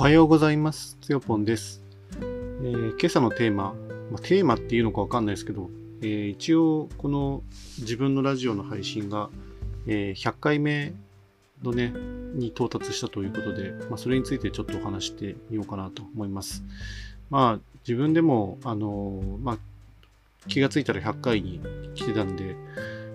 はようございます。つよぽんです。今朝のテーマ、テーマっていうのかわかんないですけど、一応この自分のラジオの配信が、100回目のね、に到達したということで、それについてちょっとお話してみようかなと思います。自分でも、気がついたら100回に来てたんで、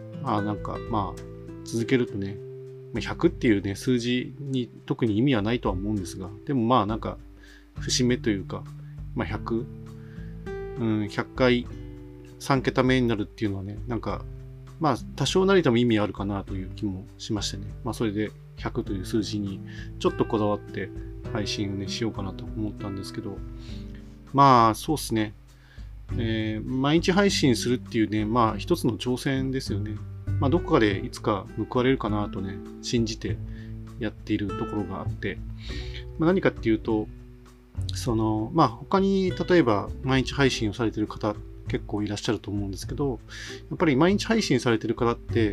続けるとね、100っていうね、数字に特に意味はないとは思うんですが、でも節目というか、100、100回3桁目になるっていうのはね、多少なりとも意味あるかなという気もしましてね。それで100という数字にちょっとこだわって配信をね、しようかなと思ったんですけど、そうっすね。毎日配信するっていうね、一つの挑戦ですよね。どこかでいつか報われるかなとね、信じてやっているところがあって、何かっていうと、他に例えば毎日配信をされている方結構いらっしゃると思うんですけど、やっぱり毎日配信されている方って、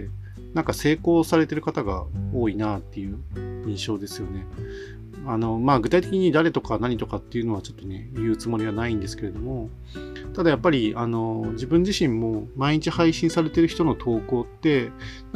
成功されている方が多いなっていう印象ですよね。具体的に誰とか何とかっていうのはちょっとね、言うつもりはないんですけれども、ただやっぱり、自分自身も毎日配信されてる人の投稿って、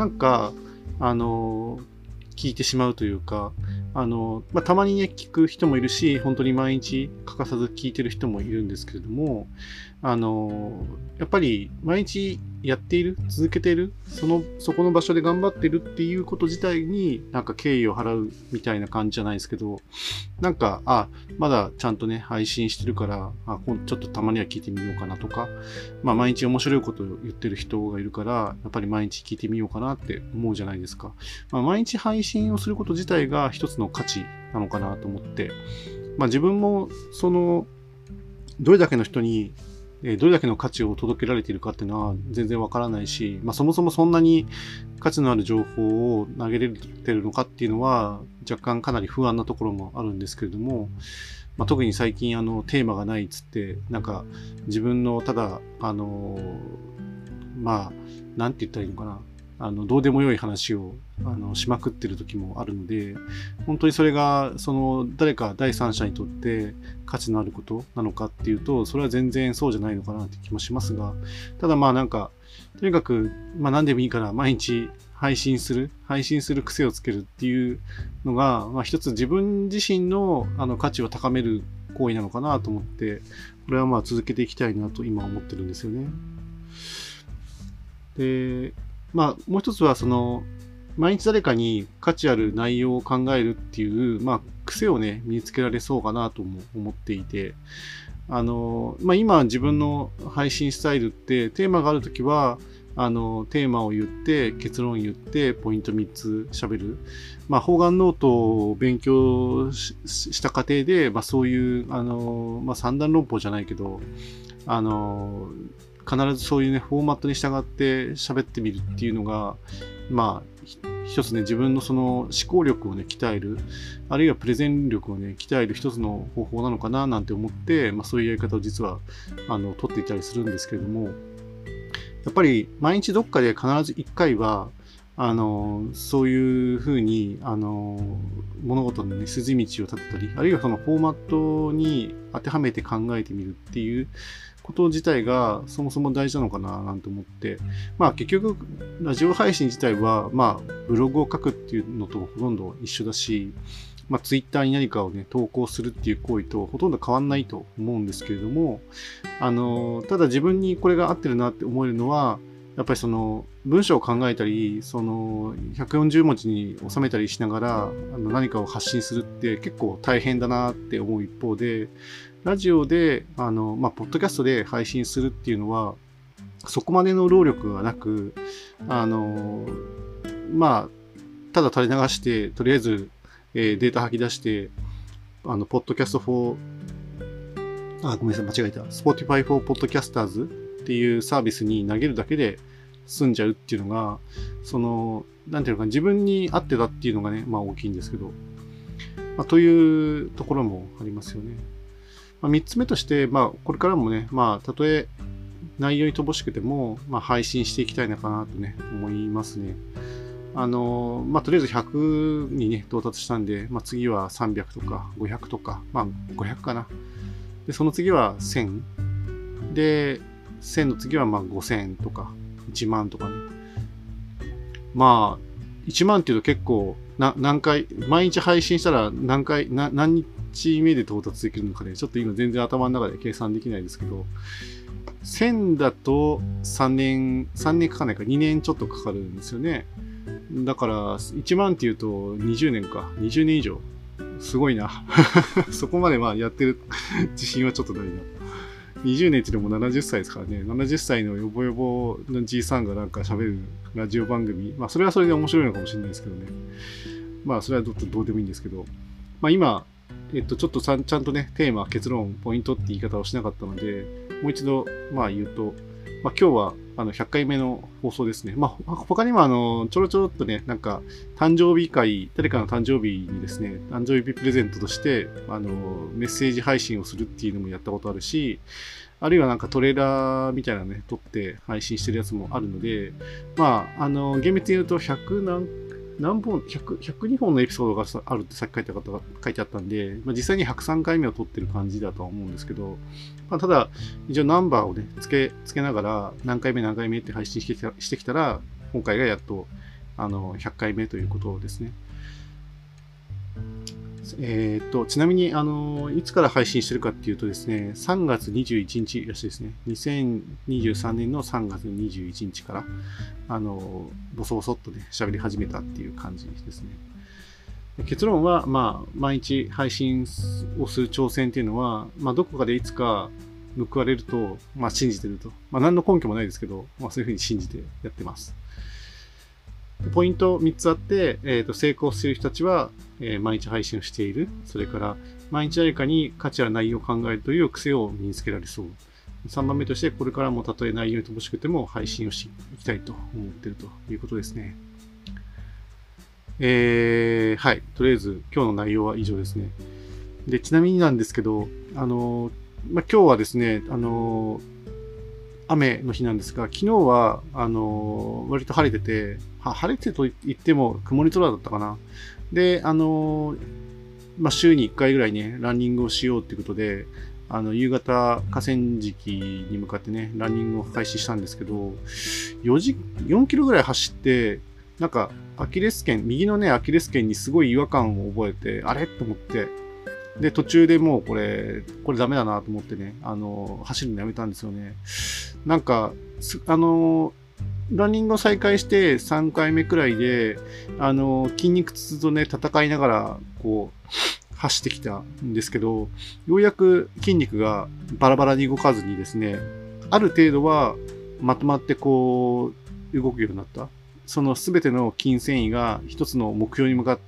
聞いてしまうというか、たまにね、聞く人もいるし、本当に毎日欠かさず聞いてる人もいるんですけれども、やっぱり毎日やっている、続けている、そこの場所で頑張ってるっていうこと自体に敬意を払うみたいな感じじゃないですけど、まだちゃんとね、配信してるから、ちょっとたまには聞いてみようかなとか、毎日面白いことを言ってる人がいるから、やっぱり毎日聞いてみようかなって思うじゃないですか。毎日配信をすること自体が一つの価値なのかなと思って、自分もどれだけの人にどれだけの価値を届けられているかっていうのは全然わからないし、そもそもそんなに価値のある情報を投げれてるのかっていうのは若干かなり不安なところもあるんですけれども、特に最近テーマがないっつって自分のただなんて言ったらいいのかな、どうでもよい話をしまくってる時もあるので、本当にそれが誰か第三者にとって価値のあることなのかっていうと、それは全然そうじゃないのかなって気もしますが、ただとにかく何でもいいから毎日配信する癖をつけるっていうのが、一つ自分自身の価値を高める行為なのかなと思って、これは続けていきたいなと今思ってるんですよね。で、もう一つは毎日誰かに価値ある内容を考えるっていう、癖をね、身につけられそうかなとも思っていて、今自分の配信スタイルってテーマがあるときは、テーマを言って、結論言って、ポイント3つ喋る。方眼ノートを勉強した過程で、そういう、三段論法じゃないけど、必ずそういうね、フォーマットに従って喋ってみるっていうのが、一つね、自分の思考力をね、鍛える、あるいはプレゼン力をね、鍛える一つの方法なのかななんて思って、そういうやり方を実は、取っていたりするんですけれども、やっぱり毎日どっかで必ず1回は、そういうふうに、物事のね、筋道を立てたり、あるいはそのフォーマットに当てはめて考えてみるっていうこと自体がそもそも大事なのかななんて思って、結局、ラジオ配信自体は、ブログを書くっていうのとほとんど一緒だし、ツイッターに何かをね、投稿するっていう行為とほとんど変わんないと思うんですけれども、ただ自分にこれが合ってるなって思えるのは、やっぱり文章を考えたり、140文字に収めたりしながら、何かを発信するって結構大変だなって思う一方で、ラジオで、ポッドキャストで配信するっていうのは、そこまでの労力がなく、ただ垂れ流して、とりあえず、データ吐き出して、ポッドキャストごめんなさい、間違えた。Spotify for Podcasters っていうサービスに投げるだけで済んじゃうっていうのが、なんていうのか、自分に合ってたっていうのがね、大きいんですけど、というところもありますよね。3つ目として、これからもね、たとえ内容に乏しくても、配信していきたいのかなとね、思いますね。 とりあえず100にね、到達したんで、次は300とか500とか、500かな。で、その次は1000。で、1000の次は5000とか、1万とかね。1万っていうと結構、何回、毎日配信したら何日目で到達できるのかね、ちょっと今全然頭の中で計算できないですけど、1000だと3年かかんないか、2年ちょっとかかるんですよね。だから、1万っていうと20年か、20年以上。すごいな。そこまでやってる自信はちょっとないな。20年ってでも70歳ですからね。70歳のヨボヨボのじいさんがなんか喋るラジオ番組。それはそれで面白いのかもしれないですけどね。それはどうでもいいんですけど。今、ちょっとちゃんとね、テーマ、結論、ポイントって言い方をしなかったので、もう一度、言うと、今日は、100回目の放送ですね。他にも、ちょろっとね、なんか、誕生日会、誰かの誕生日にですね、誕生日プレゼントとして、メッセージ配信をするっていうのもやったことあるし、あるいはなんかトレーラーみたいなのね、撮って配信してるやつもあるので、厳密に言うと何本、102本のエピソードがあるってさっき書いてあったんで、実際に103回目を撮ってる感じだとは思うんですけど、ただ、一応ナンバーをね、つけながら、何回目って配信してきたら、今回がやっと、100回目ということですね。ちなみに、いつから配信してるかっていうとですね、3月21日らしいですね。2023年の3月21日から、ボソボソっとね、喋り始めたっていう感じですね。結論は、毎日配信をする挑戦っていうのは、どこかでいつか報われると、信じてると。何の根拠もないですけど、そういうふうに信じてやってます。ポイント3つあって、成功している人たちは、毎日配信をしている。それから、毎日誰かに価値ある内容を考えるという癖を身につけられそう。3番目として、これからもたとえ内容に乏しくても配信をしていきたいと思っているということですね。はい。とりあえず、今日の内容は以上ですね。で、ちなみになんですけど、今日はですね、雨の日なんですが、昨日は、割と晴れてて、晴れてと言っても曇り空だったかな。で、週に1回ぐらいね、ランニングをしようっていうことで、夕方河川敷に向かってね、ランニングを開始したんですけど、4キロぐらい走って、なんか、右のね、アキレス腱にすごい違和感を覚えて、あれと思って、で、途中でもうこれダメだなと思ってね、走るのやめたんですよね。なんか、ランニングを再開して3回目くらいで、筋肉痛とね、戦いながら、走ってきたんですけど、ようやく筋肉がバラバラに動かずにですね、ある程度はまとまって動くようになった。その全ての筋繊維が一つの目標に向かって、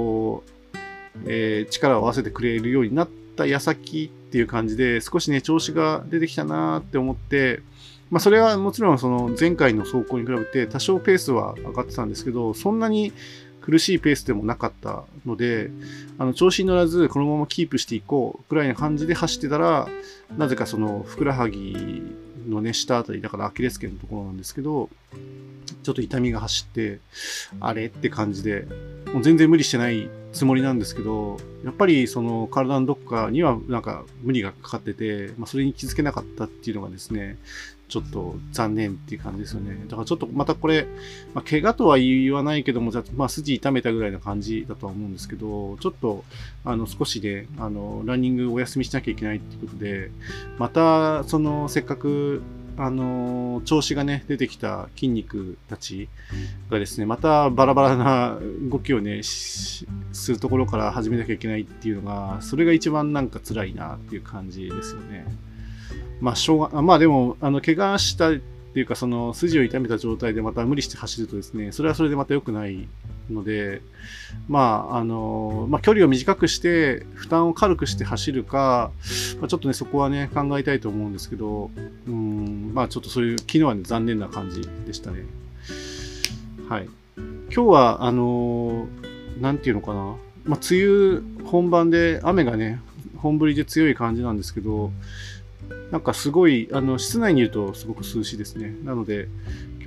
力を合わせてくれるようになった矢先っていう感じで、少しね、調子が出てきたなーって思って、それはもちろんその前回の走行に比べて多少ペースは上がってたんですけど、そんなに苦しいペースでもなかったので、調子に乗らずこのままキープしていこうくらいな感じで走ってたら、なぜかそのふくらはぎのね、下あたり、だからアキレス腱のところなんですけど、ちょっと痛みが走って、あれって感じで、もう全然無理してないつもりなんですけど、やっぱりその体のどこかにはなんか無理がかかってて、それに気づけなかったっていうのがですね、ちょっと残念っていう感じですよね。だからちょっとまたこれ、怪我とは言わないけども、筋痛めたぐらいな感じだとは思うんですけど、ちょっと少しで、ランニングお休みしなきゃいけないっていうことで、またそのせっかく調子がね、出てきた筋肉たちがですね、またバラバラな動きをね、するところから始めなきゃいけないっていうのが、それが一番なんか辛いなっていう感じですよね。でも、怪我したっていうか、その筋を痛めた状態でまた無理して走るとですね、それはそれでまた良くないので、距離を短くして、負担を軽くして走るか、ちょっとね、そこはね、考えたいと思うんですけど、ちょっとそういう、昨日はね、残念な感じでしたね。はい。今日は、なんていうのかな。梅雨本番で雨がね、本降りで強い感じなんですけど、なんかすごい、室内にいるとすごく涼しいですね。なので、今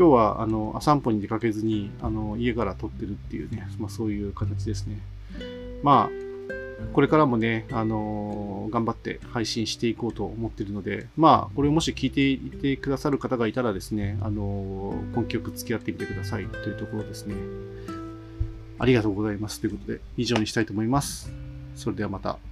今日は散歩に出かけずに家から撮ってるっていうね、そういう形ですね。これからもね、頑張って配信していこうと思っているので、これをもし聞いていてくださる方がいたらですね、根気よく付き合ってみてくださいというところですね。ありがとうございますということで、以上にしたいと思います。それではまた。